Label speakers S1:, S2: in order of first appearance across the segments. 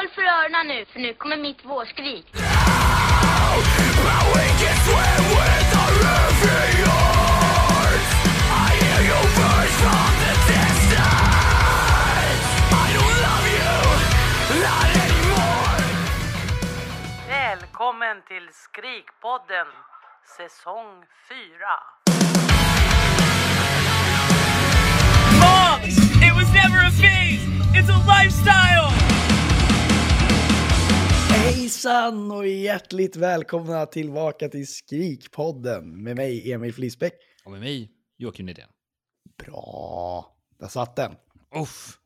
S1: Håll för öronen nu, för nu kommer mitt vårskrik.
S2: Välkommen till Skrikpodden, säsong 4.
S3: Moms! It was never a phase! It's a lifestyle!
S4: Hejsan och hjärtligt välkomna tillbaka till Skrikpodden med mig Emil Flisbäck.
S5: Och med mig, Joakim Nydén.
S4: Bra, där satt den.
S5: Uff.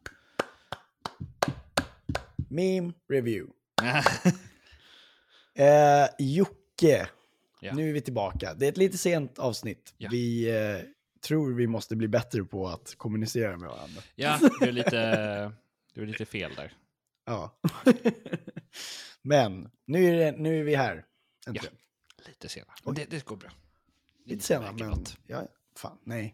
S4: Meme review. Jocke,
S5: Ja.
S4: nu är vi tillbaka. Det är ett lite sent avsnitt.
S5: Ja.
S4: Vi tror vi måste bli bättre på att kommunicera med varandra.
S5: Ja, det är lite fel där.
S4: Ja. Men nu är vi här.
S5: Ja, lite senare. Det går bra.
S4: Lite senare, men ja, fan, nej.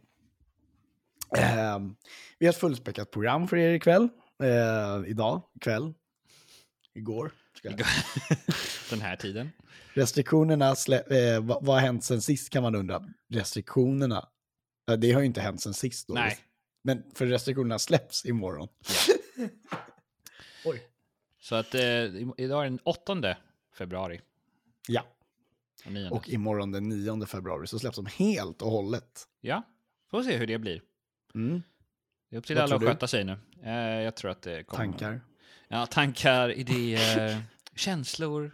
S4: Vi har ett fullspäckat program för er ikväll. Idag, ikväll, igår.
S5: Den här tiden.
S4: Restriktionerna, vad har hänt sen sist kan man undra. Restriktionerna, det har ju inte hänt sen sist då.
S5: Nej.
S4: Men för restriktionerna släpps imorgon.
S5: Ja.
S4: Oj.
S5: Så att idag är den 8 februari.
S4: Ja.
S5: Och 9.
S4: Och imorgon den 9 februari så släpps de helt och hållet.
S5: Ja, får se hur det blir.
S4: Mm.
S5: Det är upp till
S4: Vad
S5: alla att
S4: tror du?
S5: sköta sig nu. Jag tror att det kommer...
S4: Tankar.
S5: Ja, tankar, idéer, känslor.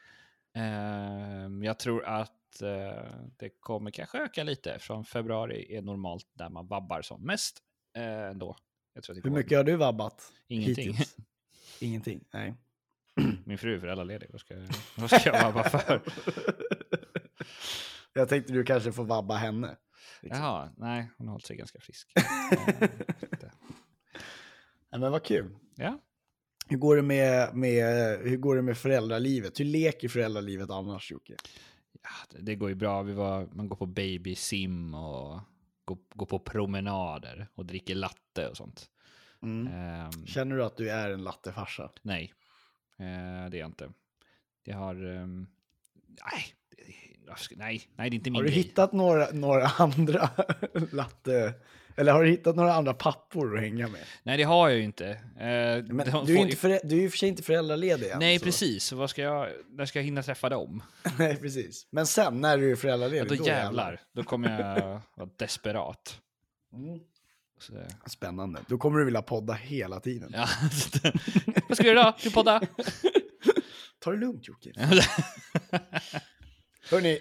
S5: Jag tror att det kommer kanske öka lite. Från februari är normalt där man vabbar som mest. Då. Jag tror att det
S4: Hur
S5: går.
S4: mycket har du vabbat?
S5: Ingenting.
S4: Hittills? Ingenting, nej.
S5: Min fru är föräldraledig. Vad ska jag vabba för?
S4: Jag tänkte du kanske får vabba henne. Liksom.
S5: Jaha, nej. Hon har hållit sig ganska frisk.
S4: Ja, men vad kul.
S5: Ja.
S4: Hur går det med föräldralivet? Hur leker föräldralivet annars, Jocke?
S5: Ja, det går ju bra. Man går på baby sim och går på promenader och dricker latte och sånt.
S4: Känner du att du är en lattefarsa?
S5: Nej, det är jag inte. Jag har... nej, det är inte min
S4: Har du
S5: grej.
S4: hittat några andra latte... Eller har du hittat några andra pappor att hänga med?
S5: Nej, det har jag ju inte.
S4: Men du är ju för sig inte föräldraledig än.
S5: Nej,
S4: så.
S5: precis. Så när ska jag hinna träffa dem?
S4: Nej, precis. Men sen när du är föräldraledig,
S5: Ja, då jävlar. Då kommer jag vara desperat. Så,
S4: Spännande. Då kommer du vilja podda hela tiden.
S5: ja. Vad ska du göra? Du podda?
S4: Ta det lugnt, Jocke. Hörrni,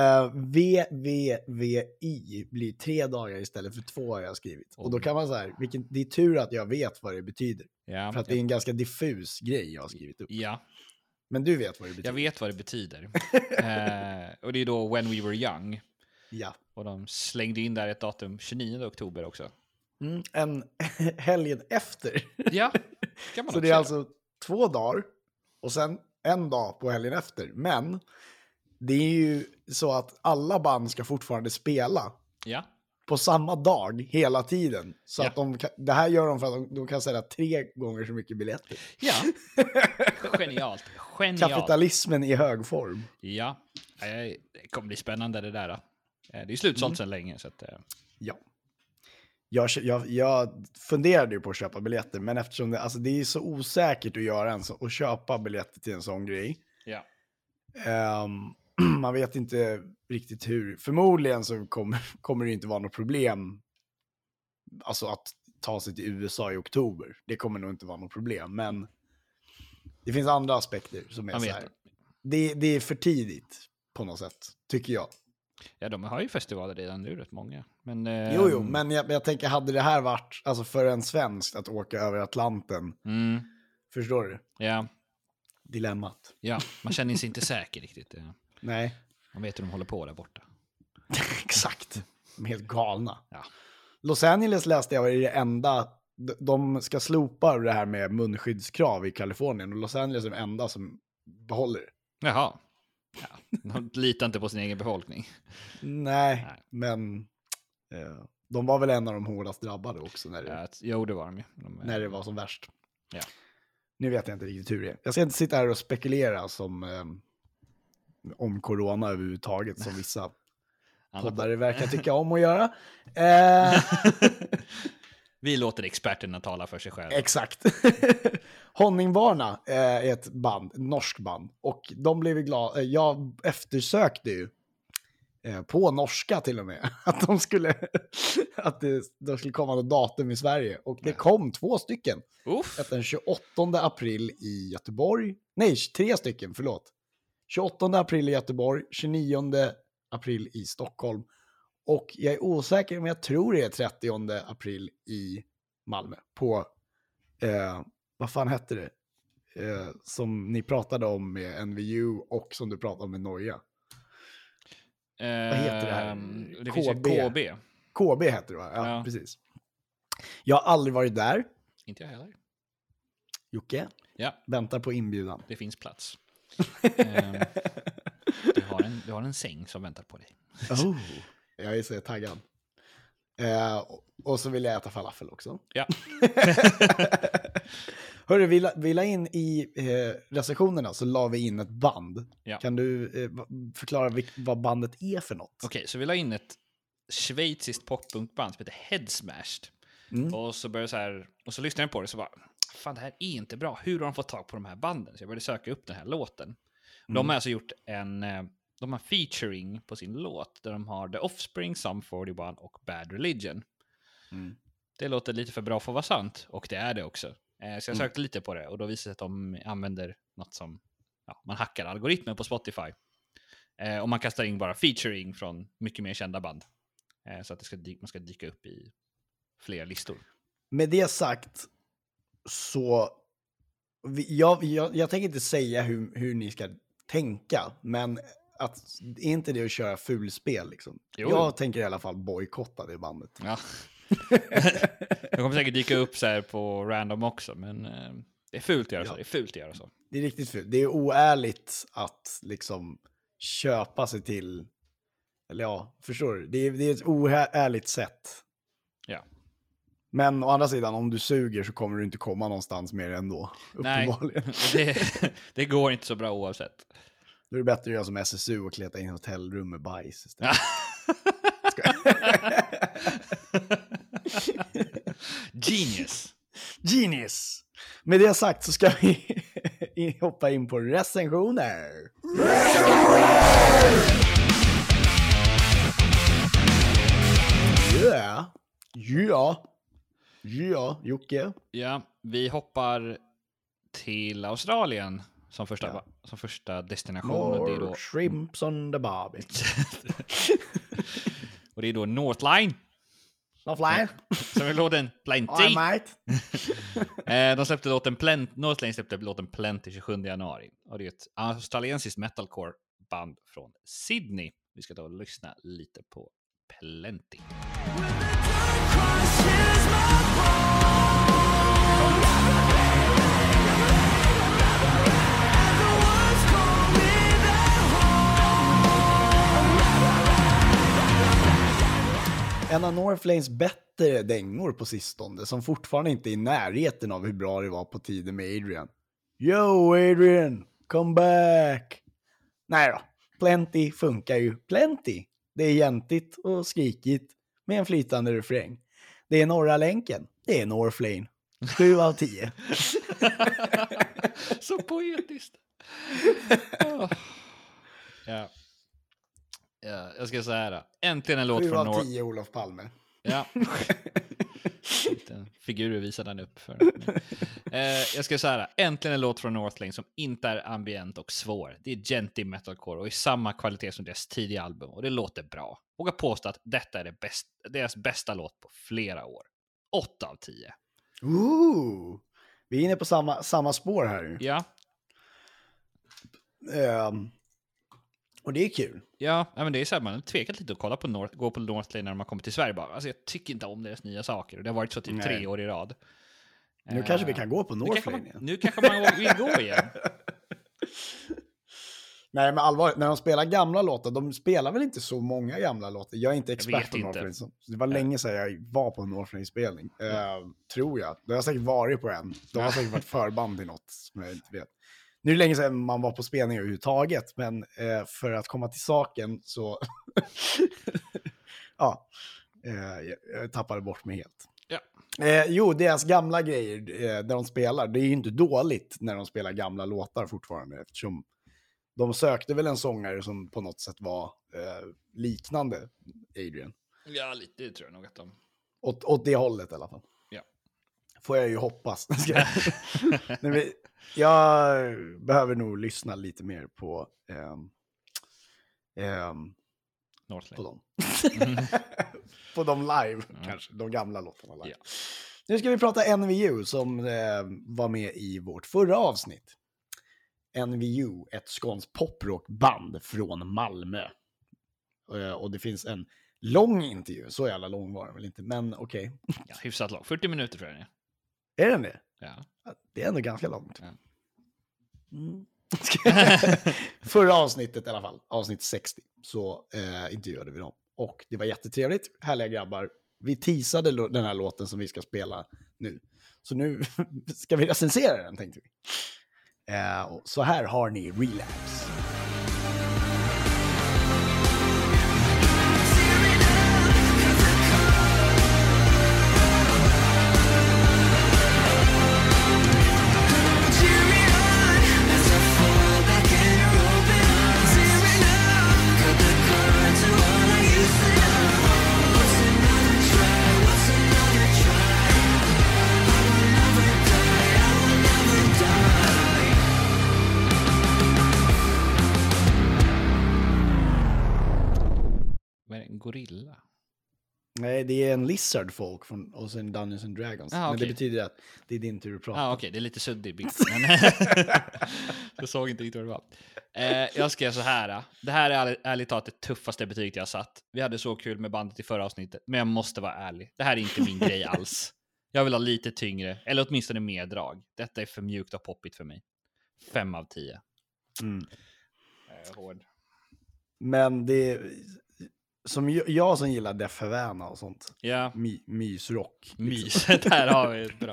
S4: VVVI blir 3 dagar istället för 2 har jag skrivit. Och då kan man säga, det är tur att jag vet vad det betyder.
S5: Ja,
S4: För att det är en ganska diffus grej jag har skrivit upp.
S5: ja.
S4: Men du vet vad det betyder.
S5: Jag vet vad det betyder. Och det är då When We Were Young.
S4: Ja.
S5: Och de slängde in där ett datum 29 oktober också.
S4: En helgen efter.
S5: Ja, kan man
S4: Så
S5: också
S4: det är
S5: göra.
S4: alltså 2 dagar och sen en dag på helgen efter. Men det är ju så att alla band ska fortfarande spela
S5: Ja,
S4: på samma dag hela tiden. Så
S5: Ja.
S4: att det här gör de för att de kan sälja 3 gånger så mycket biljetter.
S5: ja. Genialt.
S4: Kapitalismen i hög form.
S5: Ja, det kommer bli spännande det där. Det är slutsålt sedan länge. Så att,
S4: Ja. Jag funderade ju på att köpa biljetter, men eftersom det är så osäkert att göra att köpa biljetter till en sån grej.
S5: ja.
S4: Man vet inte riktigt hur. Förmodligen så kommer det inte vara något problem. Alltså att ta sig till USA i oktober. Det kommer nog inte vara något problem. Men det finns andra aspekter som är
S5: Man
S4: så
S5: vet
S4: här. Det är för tidigt på något sätt, tycker jag.
S5: Ja, de har ju festivaler redan nu, rätt många. Men,
S4: Jo, men jag tänker, hade det här varit alltså för en svensk att åka över Atlanten? Förstår du?
S5: Ja,
S4: Dilemmat.
S5: ja, man känner sig inte säker riktigt.
S4: Nej,
S5: Man vet hur de håller på där borta.
S4: exakt. De är helt galna.
S5: Ja.
S4: Los Angeles läste jag är det enda, de ska slopa det här med munskyddskrav i Kalifornien. Och Los Angeles är de enda som behåller det.
S5: Jaha. Ja, de litar inte på sin egen befolkning.
S4: Nej. Men de var väl en av de hårdast drabbade också när det,
S5: Jo, det var de ju.
S4: när det var som värst.
S5: Ja.
S4: Nu vet jag inte riktigt hur det är. Jag ska inte sitta här och spekulera om corona överhuvudtaget som vissa poddare verkar tycka om att göra.
S5: Vi låter experterna tala för sig själva.
S4: Exakt. Honningbarna är ett norskt band. Och de blev glada. Jag eftersökte ju på norska till och med att de skulle komma något datum i Sverige. Och det kom 2 stycken. Den 28 april i Göteborg. Nej, 3 stycken, förlåt. 28 april i Göteborg, 29 april i Stockholm. Och jag är osäker, men jag tror det är 30 april i Malmö. På, vad fan hette det? Som ni pratade om med NVU och som du pratade om med Noja. Vad heter det här?
S5: Det finns ju KB.
S4: KB heter det, va? Ja, precis. Jag har aldrig varit där.
S5: Inte jag heller.
S4: Jocke?
S5: Ja.
S4: Väntar på inbjudan.
S5: Det finns plats. Du har en säng som väntar på dig.
S4: Oh, jag är så taggad. Och så vill jag äta falafel också.
S5: Ja.
S4: Hörru, vi la in i recensionerna så la vi in ett band. Ja. Kan du förklara vad bandet är för något?
S5: Okej, så vi la in ett schweiziskt poppunkband som heter Headsmashed. Och så började så här, och så lyssnade jag på det så bara, fan, det här är inte bra. Hur har de fått tag på de här banden? Så jag började söka upp den här låten. De har alltså gjort de har featuring på sin låt där de har The Offspring, Sum 41 och Bad Religion. Det låter lite för bra för att vara sant, och det är det också. Så jag sökte lite på det och då visade det sig att de använder något som, man hackar algoritmen på Spotify. Och man kastar in bara featuring från mycket mer kända band. Så att man ska dyka upp i fler listor.
S4: Med det sagt så jag tänker inte säga hur ni ska tänka, men att är inte det att köra fulspel liksom. Jo. Jag tänker i alla fall bojkotta det bandet.
S5: Ja. Jag kommer säkert dyka upp så här på random också, men det är fult att göra så. Det är fult att göra så.
S4: Det är riktigt fult. Det är oärligt att liksom köpa sig till, eller förstår du? Det är ett oärligt sätt.
S5: Ja.
S4: Men å andra sidan, om du suger så kommer du inte komma någonstans mer ändå.
S5: Nej, det går inte så bra oavsett.
S4: Då är det bättre att göra som SSU och kleta in hotellrum med bajs istället. Genius. Med det sagt så ska vi hoppa in på recensioner. Ja, Jocke.
S5: Ja, vi hoppar till Australien som första destination.
S4: More det är då shrimps on the barbie.
S5: Och det är då Northline. Som är låten Plenty. De släppte låten Northline släppte låten Plenty 27 januari. Och det är ett australiensiskt metalcore band från Sydney. Vi ska då lyssna lite på Plenty.
S4: En av Northlanes bättre dängor på sistone, som fortfarande inte är i närheten av hur bra det var på tiden med Adrian. Yo Adrian, come back! Nej då, Plenty funkar ju. Plenty. Det är jäntigt och skrikigt med en flytande refräng. Det är norra länken. Det är Northlane. 7 av 10.
S5: Så poetiskt. Ja. Ja, jag ska säga det. Äntligen en låt från
S4: 7 av 10 Olof Palme.
S5: Ja. En figur visar den upp för. Jag ska säga det. Äntligen en låt från Northlane som inte är ambient och svår. Det är genty metalcore och i samma kvalitet som deras tidiga album. Och det låter bra. Vågar påstå att detta är deras bästa låt på flera år. 8 av 10.
S4: Vi är inne på samma spår här.
S5: Ja.
S4: Och det är kul.
S5: Ja, men det är så här, man har tvekat lite att gå på Northlane när man kommer till Sverige bara. Alltså jag tycker inte om deras nya saker. Och det har varit så typ 3 år i rad.
S4: Nu kanske vi kan gå på Northlane igen.
S5: Nu kanske man vill gå igen.
S4: Nej, men allvarligt, när de spelar gamla låtar, de spelar väl inte så många gamla låtar. Jag är inte expert på Northlane. Det var länge sedan jag var på en Northlane-spelning. Tror jag. Det har säkert varit på en. De har säkert varit förband till något som jag inte vet. Nu är det länge sedan man var på spelning överhuvudtaget, men för att komma till saken så... ja, jag tappade bort mig helt.
S5: Ja.
S4: Jo, deras gamla grejer där de spelar, det är ju inte dåligt när de spelar gamla låtar fortfarande, eftersom de sökte väl en sångare som på något sätt var liknande Adrian.
S5: Ja, lite det tror jag nog att de...
S4: Åt det hållet i alla fall.
S5: Ja.
S4: Får jag ju hoppas. Jag behöver nog lyssna lite mer på på dem. På dem live, kanske. De gamla låtarna live. Ja. Nu ska vi prata NVU som var med i vårt förra avsnitt. NVU, ett skånskt poprockband från Malmö. Och det finns en lång intervju. Så jävla lång var den väl inte, men okej. Okay.
S5: Ja, hyfsat lång. 40 minuter tror jag det
S4: är. Är den det?
S5: Ja.
S4: Det är ändå ganska långt.
S5: Ja.
S4: Förra avsnittet i alla fall, avsnitt 60, så intervjuade vi dem. Och det var jättetrevligt, härliga grabbar. Vi teasade den här låten som vi ska spela nu. Så nu ska vi recensera den, tänkte vi. Så här har ni Relapse.
S5: Gorilla.
S4: Nej, det är en lizard folk från och sen Dungeons and Dragons.
S5: Men
S4: det betyder att det är din tur att prata.
S5: Okej, det är lite suddig bild. Jag såg inte riktigt vad det var. Jag skrev så här. Det här är ärligt talat det tuffaste betyget jag satt. Vi hade så kul med bandet i förra avsnittet, men jag måste vara ärlig. Det här är inte min grej alls. Jag vill ha lite tyngre, eller åtminstone mer drag. Detta är för mjukt och poppigt för mig. 5 av 10. Hård.
S4: Men det som jag som gillar Def Havana och sånt.
S5: Ja.
S4: Mysrock.
S5: Mys. Där har vi ett bra.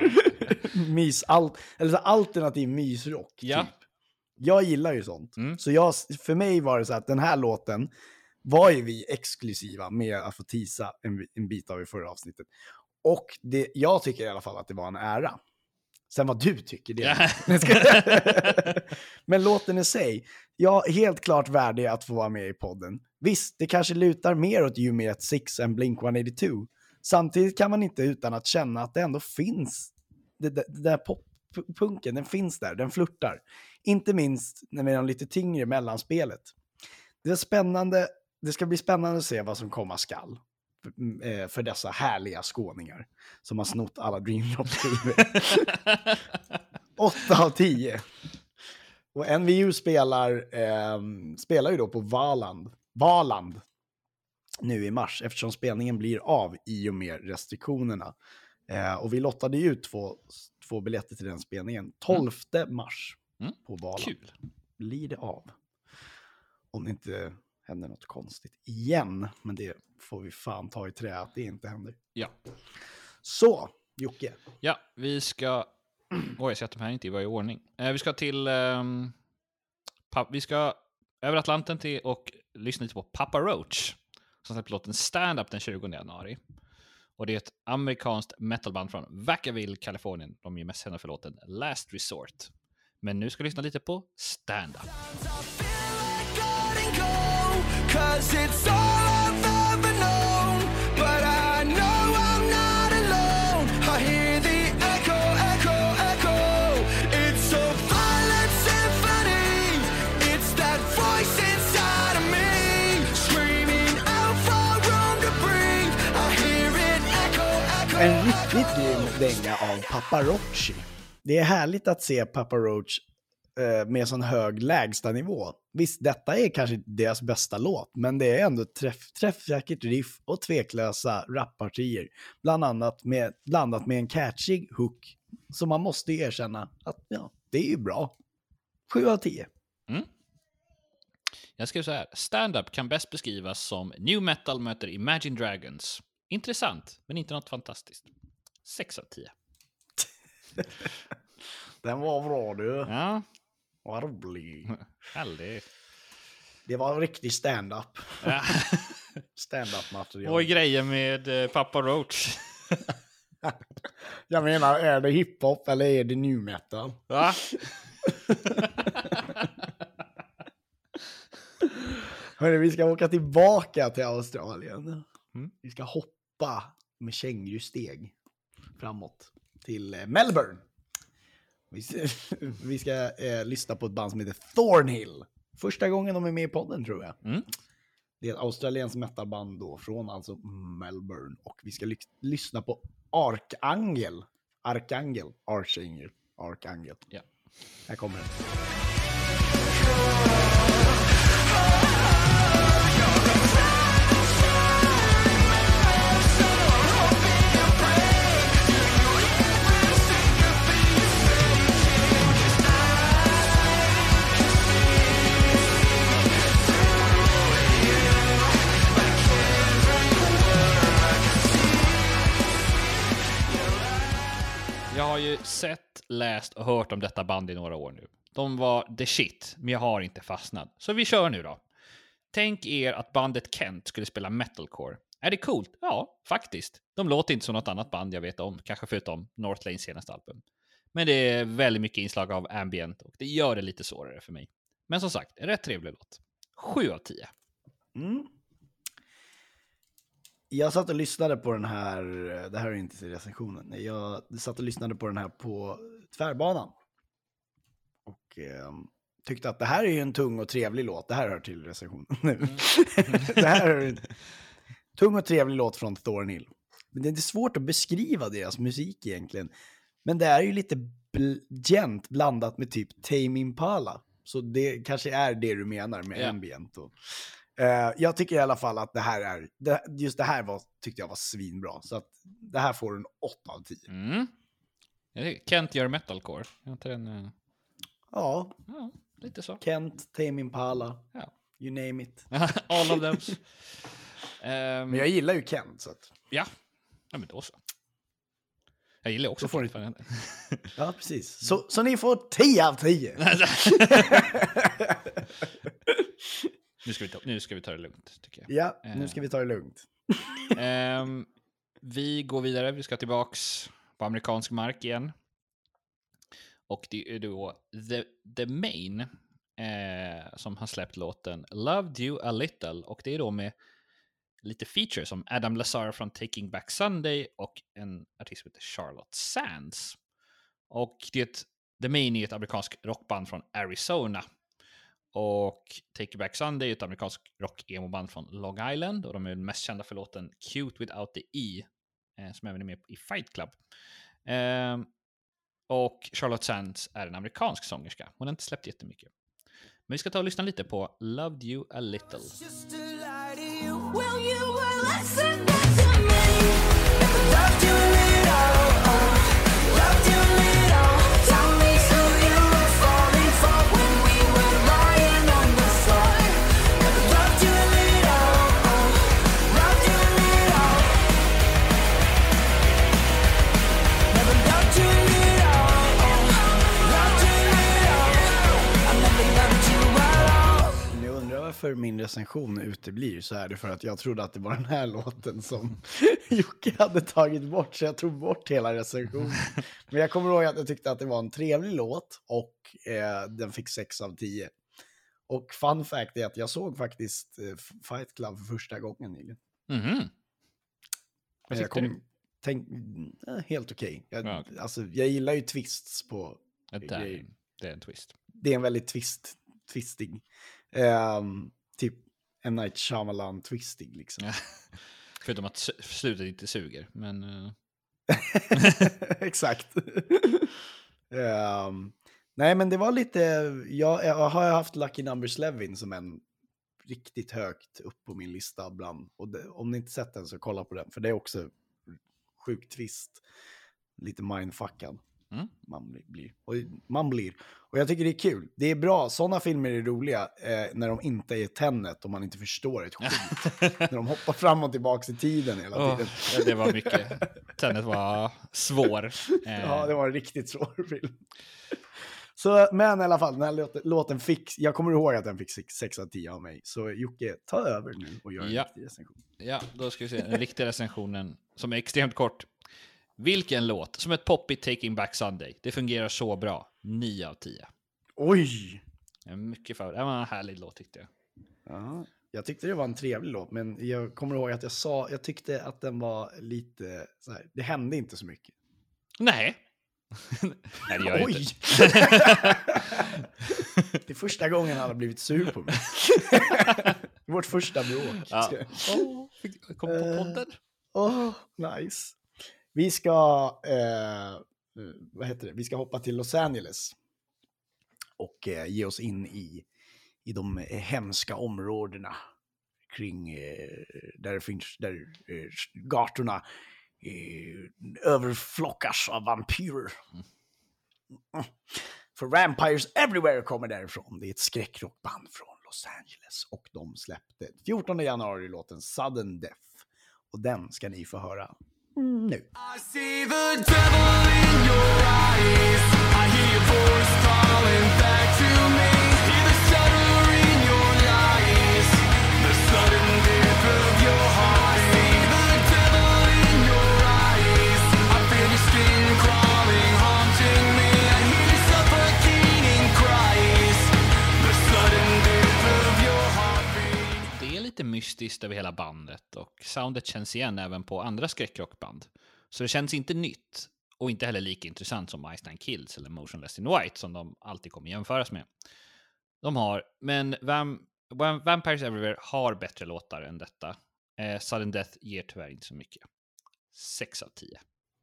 S4: Alternativ mysrock.
S5: Ja.
S4: Typ. Jag gillar ju sånt. Så för mig var det så att den här låten var ju vi exklusiva med att få teasa en bit av i förra avsnittet. Och jag tycker i alla fall att det var en ära. Sen vad du tycker det. Men låten i sig, helt klart värdig att få vara med i podden. Visst, det kanske lutar mer åt You Me At 6 än Blink-182. Samtidigt kan man inte utan att känna att det ändå finns. Det där poppunken, den finns där, den flirtar. Inte minst när vi har lite tyngre mellanspelet. Det ska bli spännande att se vad som komma skall. För dessa härliga skåningar som har snott alla Dreamdrop-skivor. 8 av 10. Och NVU spelar ju då på Valand nu i mars, eftersom spelningen blir av i och med restriktionerna. Och vi lottade ju ut två biljetter till den spelningen 12 mars på Valand.
S5: Kul.
S4: Blir det av? Om det inte händer något konstigt igen, men det får vi fan ta i trä att det inte händer.
S5: Ja.
S4: Så, Jocke.
S5: Ja, vi ska... jag ser att de här inte var i ordning. Vi ska till... vi ska över Atlanten till och lyssna lite på Papa Roach som släpper låten Stand Up den 20 januari. Och det är ett amerikanskt metalband från Vacaville, Kalifornien. De är mest kända för låten Last Resort. Men nu ska vi lyssna lite på Stand Up.
S6: 'Cause it's all I've ever known, but I know I'm not alone. I hear the echo, echo, echo. It's a violent symphony. It's that voice inside of me, screaming out for room to breathe. I hear it echo, echo.
S4: En riktigt grym dänga av Papa Roach. Det är härligt att se Papa Roach med sån hög lägstanivå. Visst, detta är kanske deras bästa låt, men det är ändå träffsäkert riff och tveklösa rappartier. Blandat med en catchy hook som man måste erkänna att det är ju bra. 7 av 10.
S5: Jag skrev så här. Stand-up kan bäst beskrivas som new metal möter Imagine Dragons. Intressant, men inte något fantastiskt. 6 av 10.
S4: Den var bra du.
S5: Ja,
S4: Vad rolig.
S5: väldigt.
S4: Det var en riktig stand-up.
S5: Ja.
S4: Stand-up material.
S5: Och grejen med Papa Roach.
S4: Jag menar, är det hiphop eller är det new metal?
S5: Va?
S4: Hörru, vi ska åka tillbaka till Australien.
S5: Mm.
S4: Vi ska hoppa med kängurusteg framåt till Melbourne. Vi ska lyssna på ett band som heter Thornhill. Första gången de är med i podden, tror jag.
S5: Mm.
S4: Det är ett australienskt metalband då, från alltså Melbourne. Och vi ska lyssna på Archangel.
S5: Ja.
S4: Här kommer det.
S5: Jag har ju sett, läst och hört om detta band i några år nu. De var the shit, men jag har inte fastnat. Så vi kör nu då. Tänk er att bandet Kent skulle spela metalcore. Är det coolt? Ja, faktiskt. De låter inte som något annat band jag vet om, kanske förutom Northlanes senaste album. Men det är väldigt mycket inslag av ambient och det gör det lite svårare för mig. Men som sagt, en rätt trevlig låt. 7 av 10.
S4: Mm. Jag satt och lyssnade på den här, det här är inte recensionen, jag satt och lyssnade på den här på Tvärbanan. Och tyckte att det här är ju en tung och trevlig låt, det här hör till recensionen. Det här är en tung och trevlig låt från Thornhill. Men det är inte svårt att beskriva deras musik egentligen. Men det är ju lite gent blandat med typ Tame Impala. Så det kanske är det du menar med ambient och... jag tycker i alla fall att det här är just det här tyckte jag var svinbra, så att det här får en 8 av 10.
S5: Mm. Kent gör metalcore. Jag inte den,
S4: Ja,
S5: lite så.
S4: Kent, Tame Impala,
S5: Ja.
S4: you name it.
S5: All of them.
S4: Men jag gillar ju Kent, så att...
S5: Ja, men då så. Jag gillar också
S4: får
S5: Kent.
S4: Ja, precis. Så ni får 10 av 10.
S5: Nu ska vi ta det lugnt, tycker jag.
S4: Ja, nu ska vi ta det lugnt.
S5: Vi går vidare. Vi ska tillbaks på amerikansk mark igen. Och det är då The Main som har släppt låten Loved You A Little. Och det är då med lite features som Adam Lazar från Taking Back Sunday och en artist som heter Charlotte Sands. Och The Main är ett amerikanskt rockband från Arizona. Och Take Back Sunday är ett amerikanskt rock-emo-band från Long Island. Och de är mest kända för låten Cute Without the E. Som även är med i Fight Club. Och Charlotte Sands är en amerikansk sångerska. Hon har inte släppt jättemycket. Men vi ska ta och lyssna lite på Loved You A Little.
S6: Just to lie to you. Well, you were listen to me. Loved you a little. Loved you a little. Tell me who you were falling for when we were lying on the floor. Loved you a little. Loved you a little. Never loved you a little. Loved you a little. I never loved you at all.
S4: Ni undrar varför min recension uteblir, så är det för att jag trodde att det var den här låten som Jocke hade tagit bort, så jag tog bort hela recensionen. Men jag kommer ihåg att jag tyckte att det var en trevlig låt och den fick 6 av 10. Och fun fact är att jag såg faktiskt Fight Club för första gången nyligen.
S5: Mhm. Vad tyckte du?
S4: Helt okej.
S5: Ja.
S4: Alltså, jag gillar ju twists på
S5: Det
S4: grejer.
S5: är en twist.
S4: Det är en väldigt twistig. Typ M. Night Shyamalan twistig liksom.
S5: Förutom att slutet inte suger. Men...
S4: Exakt. Nej, men det var lite... Jag har haft Lucky Number 11 som en riktigt högt upp på min lista bland. Och om ni inte sett den så kolla på den. För det är också sjukt twist. Lite mindfuckad. man blir. Och jag tycker det är kul. Det är bra. Sådana filmer är roliga när de inte är Tenet och man inte förstår ett skit. När de hoppar fram och tillbaka i tiden hela tiden.
S5: Ja, det var mycket. Tenet var svår.
S4: Ja, det var en riktigt svår film. Så, men i alla fall, den här låten fick... Jag kommer ihåg att den fick 6 av 10 av mig. Så Jocke, ta över nu och gör en riktig recension.
S5: Ja, då ska vi se. Den riktiga recensionen som är extremt kort. Vilken låt? Som ett poppigt Taking Back Sunday. Det fungerar så bra. 9 av 10.
S4: Oj!
S5: Mycket favorit. Det var en härlig låt tyckte jag.
S4: Ja, jag tyckte det var en trevlig låt. Men jag kommer ihåg att jag tyckte att den var lite så här. Det hände inte så mycket.
S5: Nej. Nej, det gör jag
S4: Oj!
S5: inte.
S4: Det är första gången han har blivit sur på mig. Vårt första bråk.
S5: Ja. Kom på podden.
S4: Nice. Vi ska vi ska hoppa till Los Angeles och ge oss in i de hemska områdena kring där gatorna överflockas av vampyrer. För Vampires Everywhere kommer därifrån. Det är ett skräckrockband från Los Angeles och de släppte 14 januari låten Sudden Death. Och den ska ni få höra nu.
S6: I see the devil in your eyes. I hear your voice calling back to me. Hear the shudder in your lies. The sudden death of your heart. See the devil in your eyes. I feel your skin crawling, haunting me. I hear you suffocating cries. The sudden death of your heartbeat.
S5: Det är lite mystiskt över hela bandet och soundet känns igen även på andra skräckrockband. Så det känns inte nytt och inte heller lika intressant som Ice Nine Kills eller Motionless in White som de alltid kommer jämföras med. Men Vampires Everywhere har bättre låtar än detta. Sudden Death ger tyvärr inte så mycket. 6 av 10.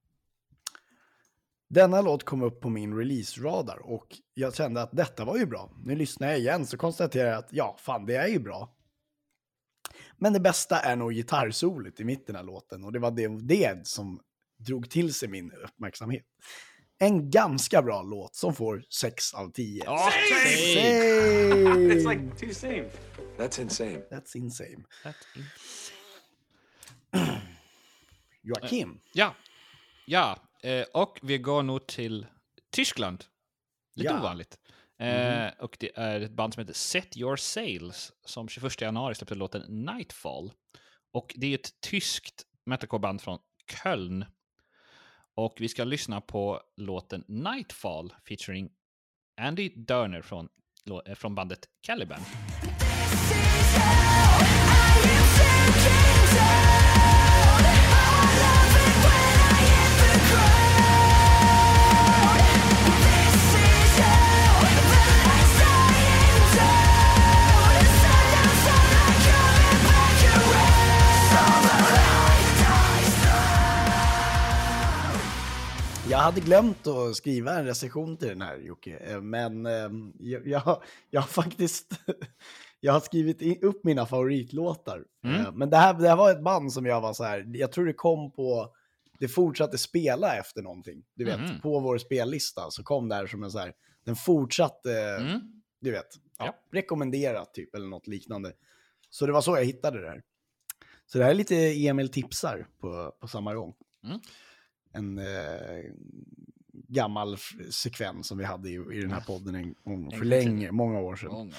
S4: Denna låt kom upp på min release-radar och jag kände att detta var ju bra. Nu lyssnar jag igen så konstaterar jag att ja, fan det är ju bra. Men det bästa är nog gitarrsolet i mitten av låten och det var det som drog till sig min uppmärksamhet. En ganska bra låt som får 6 av 10.
S5: Oh,
S7: It's like too same.
S6: That's insane.
S4: That's insane. Joakim.
S5: Ja. Och vi går nu till Tyskland. Lite ovanligt. Och det är ett band som heter Set Your Sails som 21 januari släppte låten Nightfall. Och det är ett tyskt metalcore-band från Köln. Och vi ska lyssna på låten Nightfall featuring Andy Dörner från bandet Caliban.
S4: Jag hade glömt att skriva en recension till den här, Jocke. Men jag har faktiskt jag har skrivit upp mina favoritlåtar. Men det här var ett band som jag var så här. Jag tror det kom på... Det fortsatte spela efter någonting. Du vet, på vår spellista så kom det här som en så här... Den fortsatte... Du vet, rekommenderat typ eller något liknande. Så det var så jag hittade det här. Så det här är lite Emil tipsar på samma gång. En gammal sekvens som vi hade i den här podden en gång för många år sedan.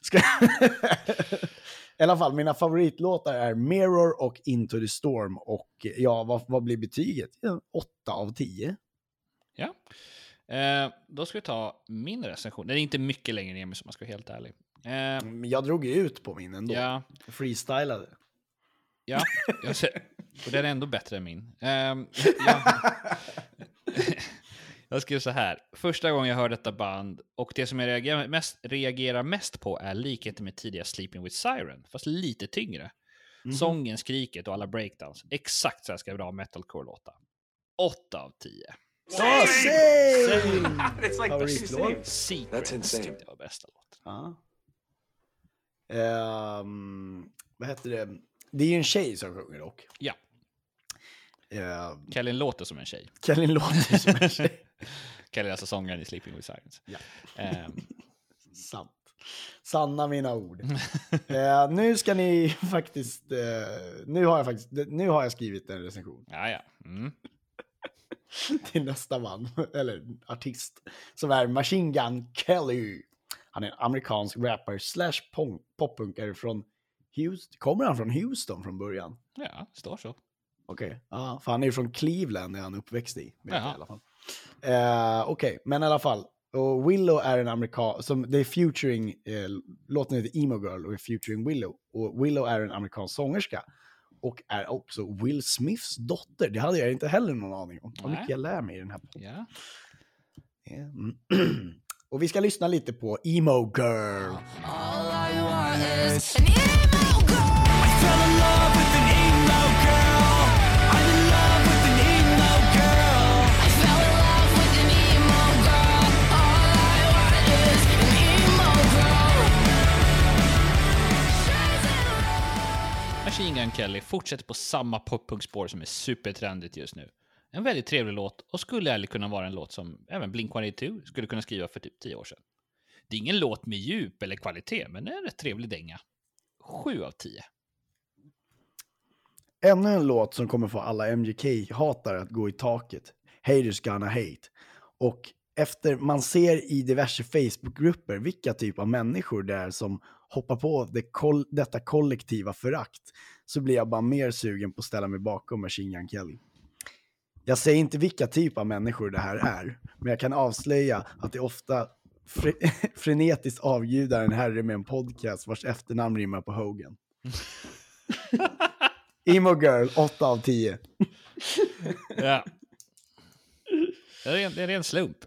S4: I alla fall, mina favoritlåtar är Mirror och Into the Storm. Och ja, vad blir betyget? 8 av 10.
S5: Ja. Då ska vi ta min recension. Den är inte mycket längre ner, som man ska vara helt ärlig.
S4: Jag drog ut på min ändå.
S5: Ja.
S4: Freestylade.
S5: Ja, och den är ändå bättre än min. Jag skrev så här. Första gången jag hörde detta band och det som jag reagerar mest på är likheten med tidiga Sleeping with Siren, fast lite tyngre. Sången, skriket och alla breakdowns. Exakt så här ska bra metalcore-låta. 8 av 10.
S7: It's like too same.
S5: Secrets tyckte jag var bästa låten.
S4: Vad heter det? Det är ju en tjej som sjunger dock.
S5: Ja. Kellyn låter som en tjej.
S4: Kellyn låter som en tjej.
S5: Kelly, alltså sångaren i Sleeping with Sirens.
S4: Ja.
S5: Sant.
S4: Sanna mina ord. Nu ska ni faktiskt... Nu har jag skrivit en recension.
S5: Ja.
S4: Till nästa man, eller artist, som är Machine Gun Kelly. Han är en amerikansk rapper / poppunkare från Houston. Kommer han från Houston från början?
S5: Ja, står så.
S4: Okej, ja, för han är ju från Cleveland, är han uppväxt i.
S5: Ja.
S4: I alla fall. Okej, men i alla fall. Och Willow är en amerikan, som det är featuring, låten heter Emo Girl och är featuring Willow. Och Willow är en amerikansk sångerska. Och är också Will Smiths dotter. Det hade jag inte heller någon aning om. Vad mycket jag lär mig i den här podden.
S5: Ja.
S4: Och vi ska lyssna lite på Emo Girl.
S6: All I want is an emo girl. I fell in love with an emo girl. I'm in love with an emo girl. I fell in love with an emo girl. All I want is an emo girl.
S5: Machine Gun Kelly fortsätter på samma poppunkspår som är supertrendigt just nu. En väldigt trevlig låt och skulle ärligt kunna vara en låt som även Blink-182 skulle kunna skriva för typ 10 år sedan. Det är ingen låt med djup eller kvalitet, men det är en rätt trevlig dänga. 7 av 10.
S4: Ännu en låt som kommer få alla MGK-hatare att gå i taket. Haters gonna hate. Och efter man ser i diverse Facebook-grupper vilka typ av människor det är som hoppar på detta kollektiva förakt, så blir jag bara mer sugen på att ställa mig bakom Machine Gun Kelly. Jag säger inte vilka typ av människor det här är, men jag kan avslöja att det ofta frenetiskt avgudar en herre med en podcast vars efternamn rimmar på Hogan. Emo Girl, 8 av 10.
S5: Ja. Det är en ren slump.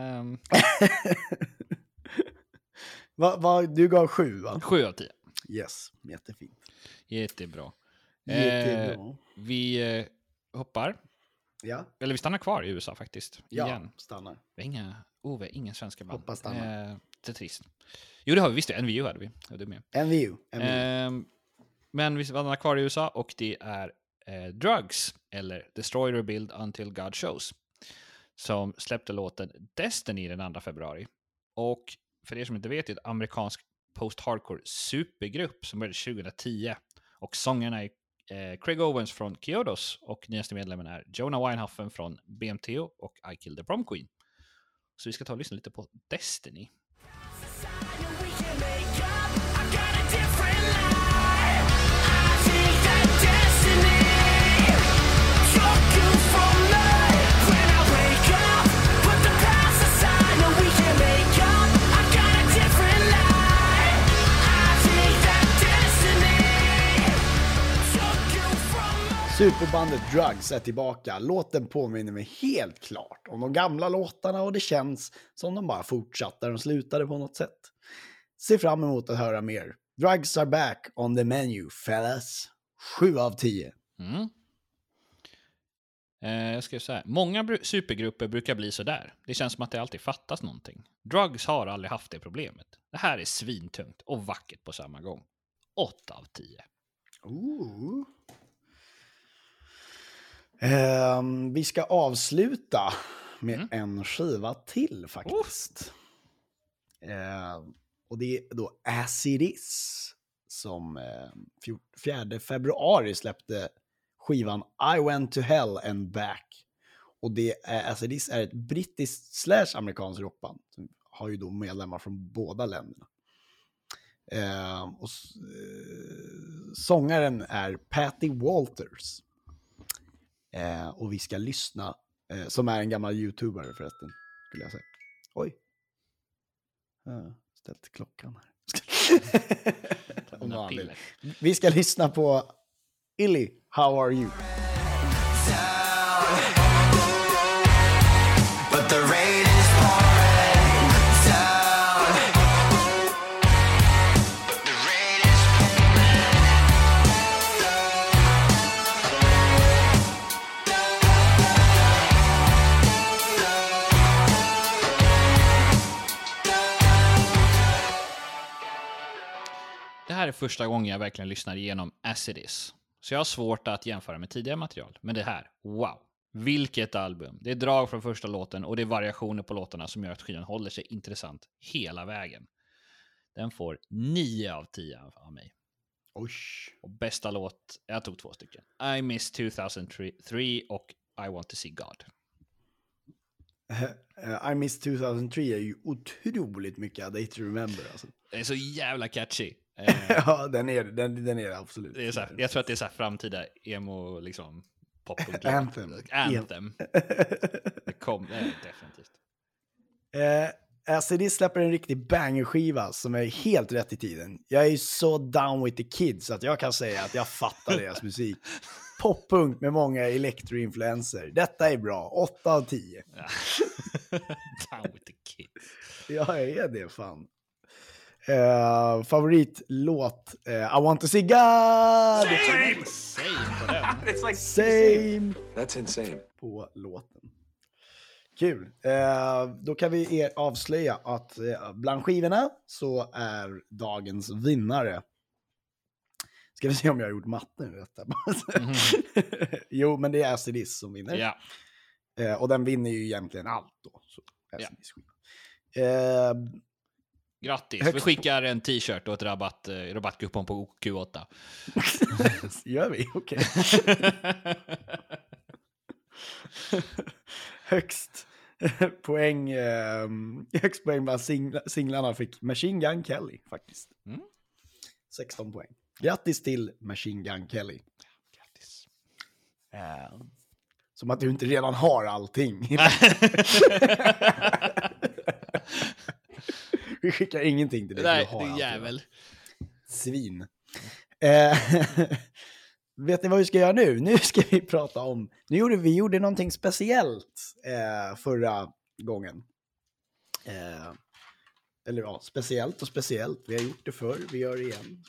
S4: Du gav 7, va?
S5: 7 av 10.
S4: Yes, jättefint.
S5: Jättebra.
S4: Jättebra.
S5: Vi hoppar.
S4: Ja.
S5: Eller vi stannar kvar i USA faktiskt.
S4: Ja,
S5: igen.
S4: stannar.
S5: Ingen svenska band.
S4: Hoppa stannar.
S5: Det är trist. Jo, det har vi visst. NVU hade vi. Ja, du med.
S4: NVU.
S5: Men vi stannar kvar i USA och det är Drugs, eller Destroy Rebuild Until God Shows, som släppte låten Destiny den 2 februari. Och för er som inte vet, det är en amerikansk post-hardcore supergrupp som började 2010. Och sångarna är Craig Owens från Kyotos och nyaste medlemmen är Jonah Winehoffen från BMTO och I Killed the Prom Queen. Så vi ska ta och lyssna lite på Destiny.
S4: Superbandet Drugs är tillbaka. Låten påminner mig helt klart om de gamla låtarna och det känns som de bara fortsatte där de slutade på något sätt. Se fram emot att höra mer. Drugs are back on the menu, fellas. 7 av 10.
S5: Jag ska säga, många supergrupper brukar bli så där. Det känns som att det alltid fattas någonting. Drugs har aldrig haft det problemet. Det här är svintungt och vackert på samma gång. 8 av 10.
S4: Vi ska avsluta med en skiva till faktiskt. Och det är då As It Is som 4 februari släppte skivan I Went to Hell and Back. Och det är, As It Is är ett brittiskt / amerikanskt rockband som har ju då medlemmar från båda länderna. Sångaren är Patty Walters. Och vi ska lyssna, som är en gammal YouTuber förresten, skulle jag säga. Oj. Ställt klockan här. Vi ska lyssna på Illy, How Are You?
S6: But the rain is pouring down. The rain is
S5: Det här är första gången jag verkligen lyssnar igenom As It Is. Så jag har svårt att jämföra med tidigare material. Men det här, wow. Vilket album. Det är drag från första låten och det är variationer på låtarna som gör att skivan håller sig intressant hela vägen. Den får 9 av 10 av mig.
S4: Oj.
S5: Och bästa låt, jag tog 2 stycken. I Miss 2003 och I Want To See God.
S4: I Miss 2003 är ju otroligt mycket A Day To Remember. Alltså.
S5: Det är så jävla catchy.
S4: Ja, den är det absolut.
S5: Det är så här, jag tror att det är så här framtida emo, liksom, pop.
S4: Anthem.
S5: Det kom definitivt.
S4: ACD släpper en riktig banger-skiva som är helt rätt i tiden. Jag är ju så down with the kids att jag kan säga att jag fattar deras musik. Poppunk med många elektro-influenser. Detta är bra. 8 av 10.
S5: Down with the kids.
S4: Jag är det fan. Favoritlåt I Want To See God.
S5: Same på den.
S7: It's like
S4: Same
S7: That's insane.
S4: på låten. Kul. Då kan vi avslöja att bland skivorna så är dagens vinnare. Ska vi se om jag har gjort matten i detta. Jo, men det är ACDs som vinner.
S5: Ja.
S4: Och den vinner ju egentligen allt då. Så ACDs skiva.
S5: Grattis. Vi skickar en t-shirt och ett rabattkupon på Q8.
S4: Gör vi? Okej. Högst poäng bland singlarna fick Machine Gun Kelly faktiskt. 16 poäng. Grattis till Machine Gun Kelly.
S5: Grattis.
S4: Som att du inte redan har allting. Vi skickar ingenting till dig.
S5: Nej, det är jävel.
S4: Svin. Vet ni vad vi ska göra nu? Nu ska vi prata om... Vi gjorde någonting speciellt förra gången. Eller ja, speciellt och speciellt. Vi har gjort det förr, vi gör det igen.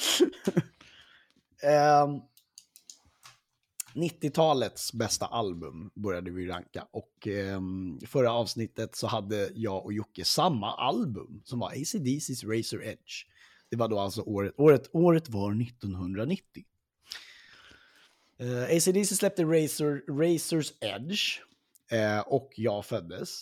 S4: 90-talets bästa album började vi ranka. Och förra avsnittet så hade jag och Jocke samma album som var AC/DC's Razor Edge. Det var då alltså året var 1990. AC/DC släppte Razor's Edge och jag föddes.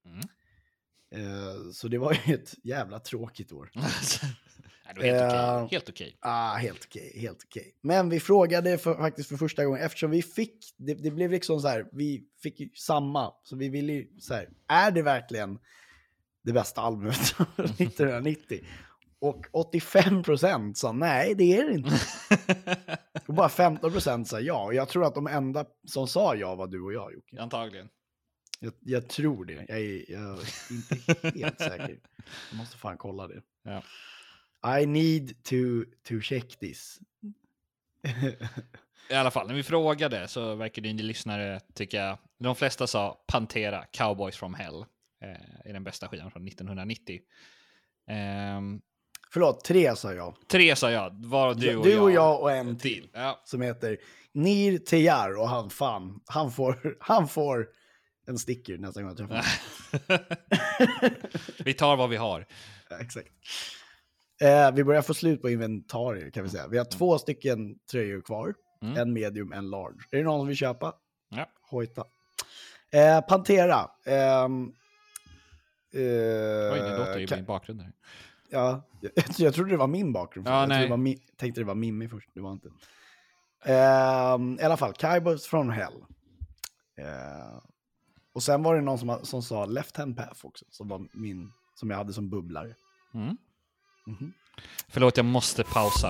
S4: Så det var ju ett jävla tråkigt år.
S5: Det var helt okej.
S4: Helt okej. Men vi frågade faktiskt för första gången, eftersom vi fick, det blev liksom så här, vi fick ju samma, så vi ville ju så här, är det verkligen det bästa albumet 1990? Och 85% sa nej, det är det inte. Och bara 15% sa ja. Och jag tror att de enda som sa ja var du och jag, Jocke.
S5: Antagligen.
S4: Jag tror det. Jag är inte helt säker. Jag måste fan kolla det.
S5: Ja.
S4: I need to check this.
S5: I alla fall, när vi frågade så verkade ni lyssnare tycka... De flesta sa Pantera, Cowboys from Hell. Är den bästa skivan från 1990.
S4: Förlåt, 3 sa jag.
S5: 3 sa jag. Var du
S4: och jag och en till.
S5: Ja.
S4: Som heter Nir Teyar. Och han får en sticker nästa gång jag träffar honom.
S5: Vi tar vad vi har.
S4: Ja, exakt. Vi börjar få slut på inventarier kan vi säga. Vi har 2 stycken tröjor kvar. En medium, en large. Är det någon som vill köpa?
S5: Ja.
S4: Hojta. Pantera.
S5: Oj, det låter ju i min bakgrund här.
S4: Ja, jag trodde det var min bakgrund.
S5: Ja,
S4: jag tänkte det var Mimmi först. Det var inte. I alla fall, Cowboys from Hell. Och sen var det någon som sa Left Hand Path också. Som jag hade som bubblare.
S5: Förlåt, jag måste pausa.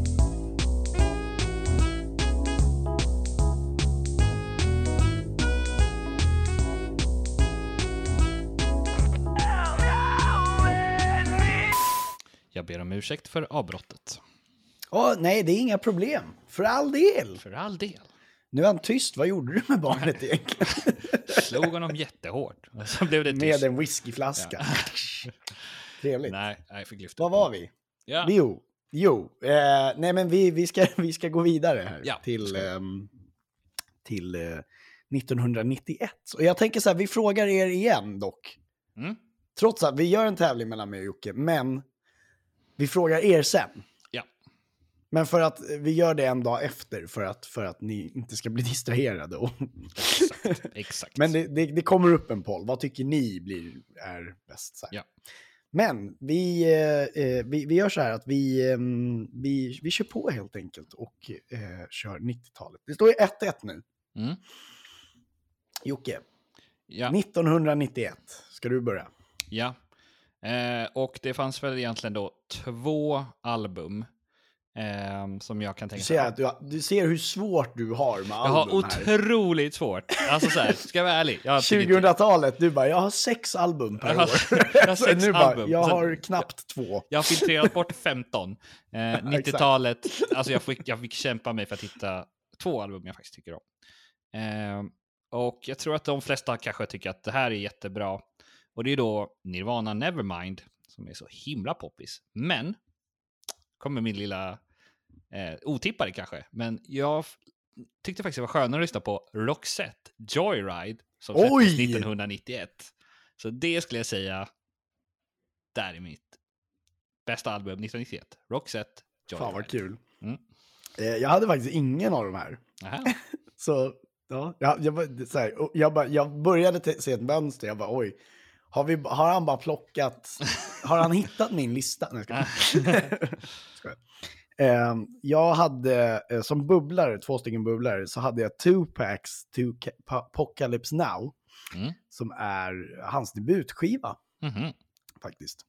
S5: Jag ber om ursäkt för avbrottet.
S4: Nej, det är inga problem. För all del.
S5: För all del.
S4: Nu är han tyst. Vad gjorde du med barnet egentligen?
S5: Slog honom jättehårt. Och så blev det tyst.
S4: Med en whiskyflaska. Ja. Trevligt.
S5: Nej, jag fick lyfta.
S4: Vad var vi?
S5: Ja.
S4: Jo. Nej, men vi ska gå vidare här till 1991. Och jag tänker så här, vi frågar er igen dock. Trots att vi gör en tävling mellan mig och Jocke, men vi frågar er sen.
S5: Ja.
S4: Men för att vi gör det en dag efter för att ni inte ska bli distraherade.
S5: Exakt.
S4: Men det kommer upp en poll. Vad tycker ni är bäst? Så här.
S5: Ja.
S4: Men vi gör så här att vi kör på helt enkelt och kör 90-talet. Det står ju 1-1 nu.
S5: Mm.
S4: Jocke,
S5: Ja.
S4: 1991. Ska du börja?
S5: Ja. Och det fanns väl egentligen då 2 album som jag kan tänka
S4: Du ser hur svårt du har med
S5: Jag har
S4: album här.
S5: otroligt svårt. Alltså så här, ska jag vara ärlig. Jag har
S4: 2000-talet, du bara, jag har 6 album per år.
S5: jag har 6
S4: nu
S5: album.
S4: bara, jag
S5: Så-
S4: har knappt 2.
S5: Jag har filtrerat bort 15. 90-talet, alltså jag fick kämpa mig för att hitta 2 album jag faktiskt tycker om. Och jag tror att de flesta kanske tycker att det här är jättebra. Och det är då Nirvana Nevermind som är så himla poppis. Men, kommer min lilla otippare kanske, men jag tyckte faktiskt det var skönare att lyssna på Roxette Joyride som släpptes 1991. Så det skulle jag säga, där är mitt bästa album 1991. Roxette Joyride.
S4: Fan vad kul.
S5: Mm.
S4: Jag hade faktiskt ingen av de här.
S5: Aha.
S4: Så, ja, jag började se ett mönster. Jag bara, oj. Har han bara plockat... Har han hittat min lista? Nej, ska jag hade som bubblare, 2 stycken bubblare, så hade jag Tupacs Apocalypse Now. Som är hans debutskiva. Faktiskt.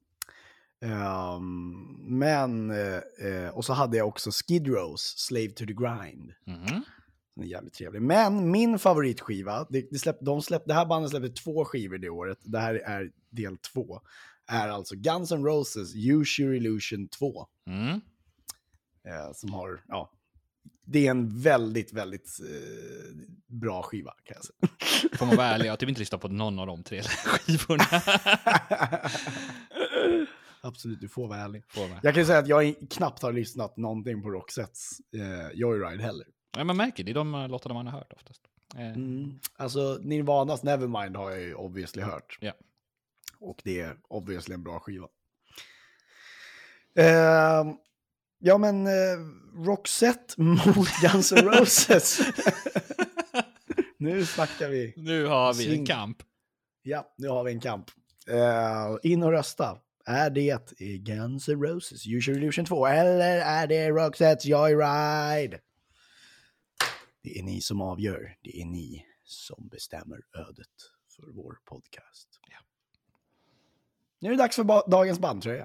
S4: Och så hade jag också Skid Rows Slave to the Grind. Den är jävligt trevlig. Men min favoritskiva, det här bandet släppte 2 skivor det året. Det här är del 2. Är alltså Guns N' Roses Use Your Illusion 2. Som har, ja, det är en väldigt, väldigt bra skiva kan jag säga.
S5: Får man vara ärlig, jag har typ inte lyssnat på någon av de 3 skivorna.
S4: Absolut, du får vara ärlig.
S5: Får man.
S4: Jag kan säga att jag knappt har lyssnat någonting på Roxettes Joyride heller.
S5: Ja, man märker det är de låtarna man har hört oftast.
S4: Alltså Nirvanas Nevermind har jag ju obviously hört.
S5: Ja.
S4: Och det är obviously en bra skiva. Ja men Roxette mot Guns N' Roses. Nu snackar vi.
S5: Nu har vi en kamp.
S4: Ja, nu har vi en kamp. In och rösta. Är det Guns N' Roses Use Your Illusion 2 eller är det Roxette Joyride? Det är ni som avgör. Det är ni som bestämmer ödet för vår podcast. Ja. Nu är det dags för dagens bandtröja.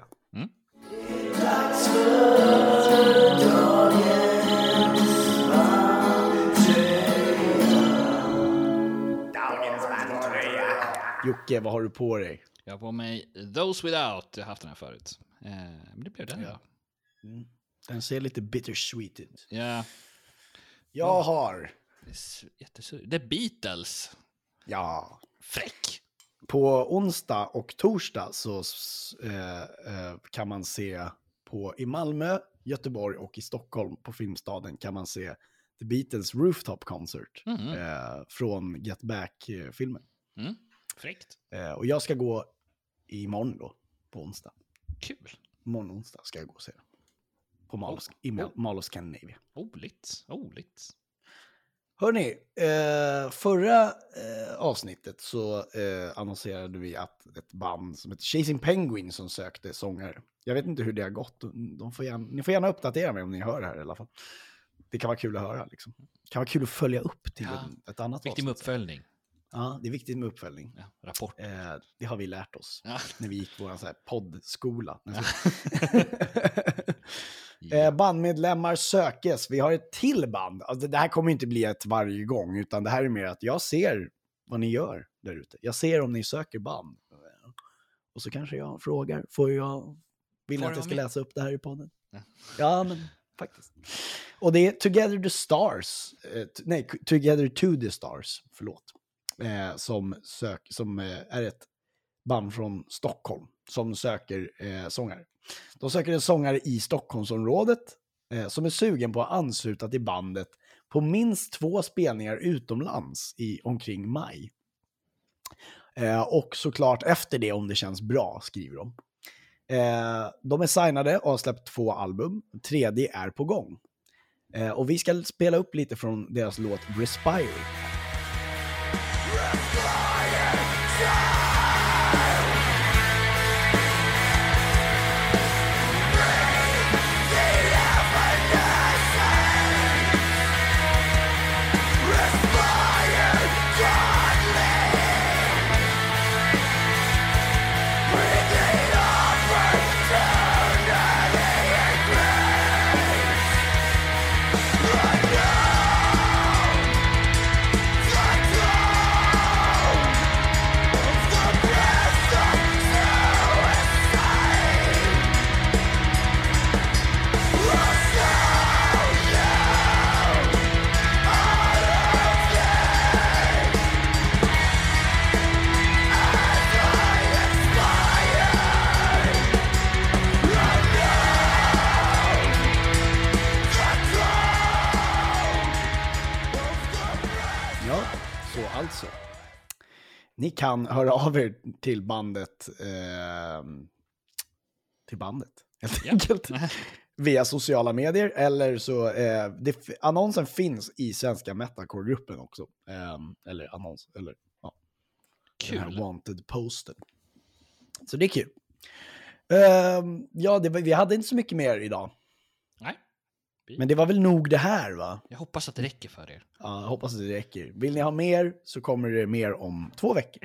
S4: Jocke, vad har du på dig?
S5: Jag har på mig Those Without. Jag har haft den här förut. Men det blev den. Ja.
S4: Den ser lite bittersweet ut.
S5: Ja.
S4: Jag har...
S5: Jättesur. The Beatles.
S4: Ja.
S5: Fräck.
S4: På onsdag och torsdag så kan man se i Malmö, Göteborg och i Stockholm på Filmstaden kan man se The Beatles Rooftop Concert från Get Back-filmen.
S5: Fräckt.
S4: Och jag ska gå imorgon då, på onsdag.
S5: Kul.
S4: Imorgon onsdag ska jag gå och se det. På Mall of Scandinavia.
S5: Oligt.
S4: Hörrni, förra avsnittet så annonserade vi att ett band som heter Chasing Penguin som sökte sångare. Jag vet inte hur det har gått. Ni får gärna uppdatera mig om ni hör det här i alla fall. Det kan vara kul att höra. Liksom. Det kan vara kul att följa upp till ett annat avsnitt.
S5: Viktigt med uppföljning.
S4: Ja, det är viktigt med uppföljning.
S5: Ja, rapport.
S4: Det har vi lärt oss
S5: Ja.
S4: när vi gick på en sån här poddskola. Bandmedlemmar sökes. Vi har ett till band. Alltså, det här kommer inte bli ett varje gång, utan det här är mer att jag ser vad ni gör där ute. Jag ser om ni söker band. Och så kanske jag frågar, vill ni att jag ska läsa upp det här i podden? Ja, men faktiskt. Och det är Together to the Stars, förlåt. Som är ett band från Stockholm som söker sångare. De söker en sångare i Stockholmsområdet som är sugen på att ansluta till bandet på minst 2 spelningar utomlands omkring maj. Och såklart efter det om det känns bra, skriver de. De är signade och har släppt 2 album. 3:e är på gång. Och vi ska spela upp lite från deras låt Respire. Alltså. Ni kan höra av er till bandet helt enkelt via sociala medier, eller så annonsen finns i svenska metalcore-gruppen också. Eller annons, eller ja. Kul. Den här wanted-posten. Så det är kul. Vi hade inte så mycket mer idag.
S5: Nej.
S4: Men det var väl nog det här, va?
S5: Jag hoppas att det räcker för er.
S4: Ja, jag hoppas att det räcker. Vill ni ha mer så kommer det mer om 2 veckor.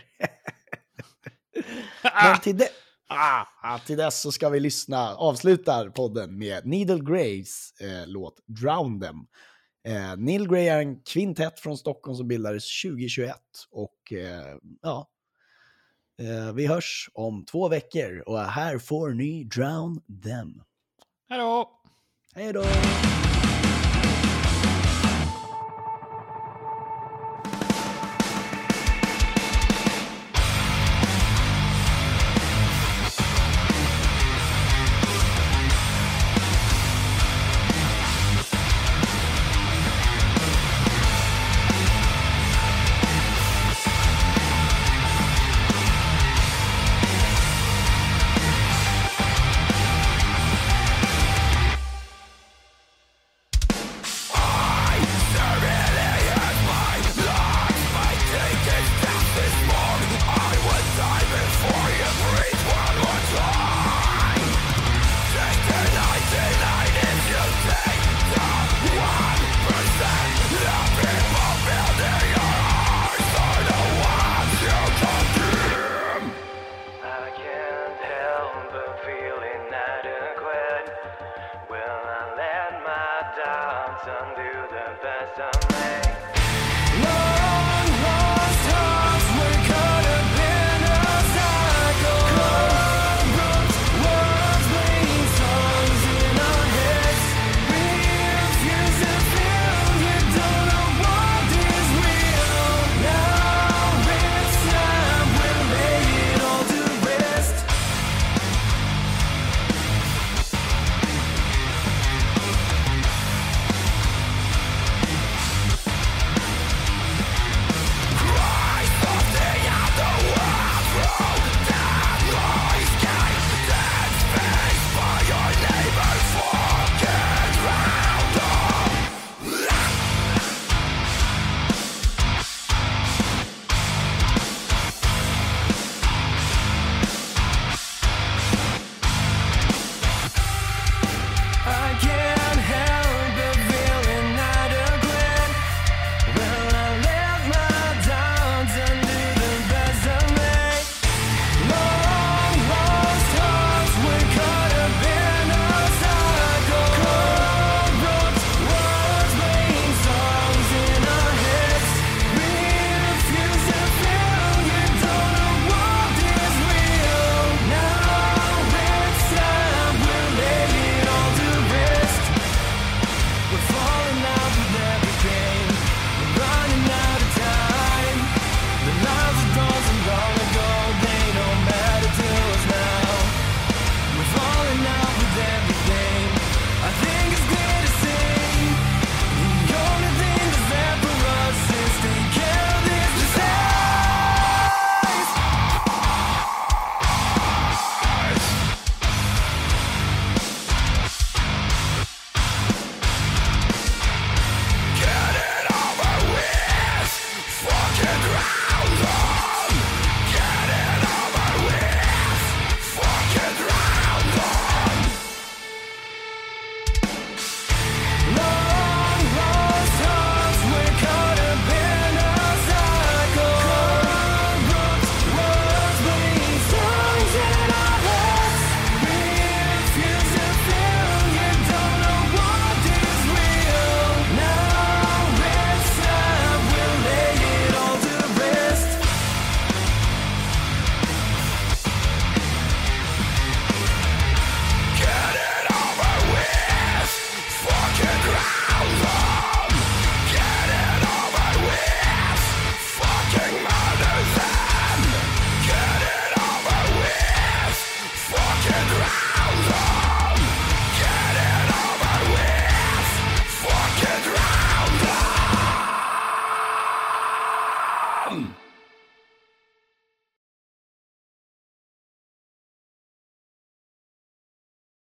S4: Men till dess så ska vi avsluta podden med Needle Grays låt Drown Them. Needle Gray är en kvintett från Stockholm som bildades 2021. Och vi hörs om 2 veckor. Och här får ni Drown Them.
S5: Hej då!
S4: Hej då!
S6: Undo the best of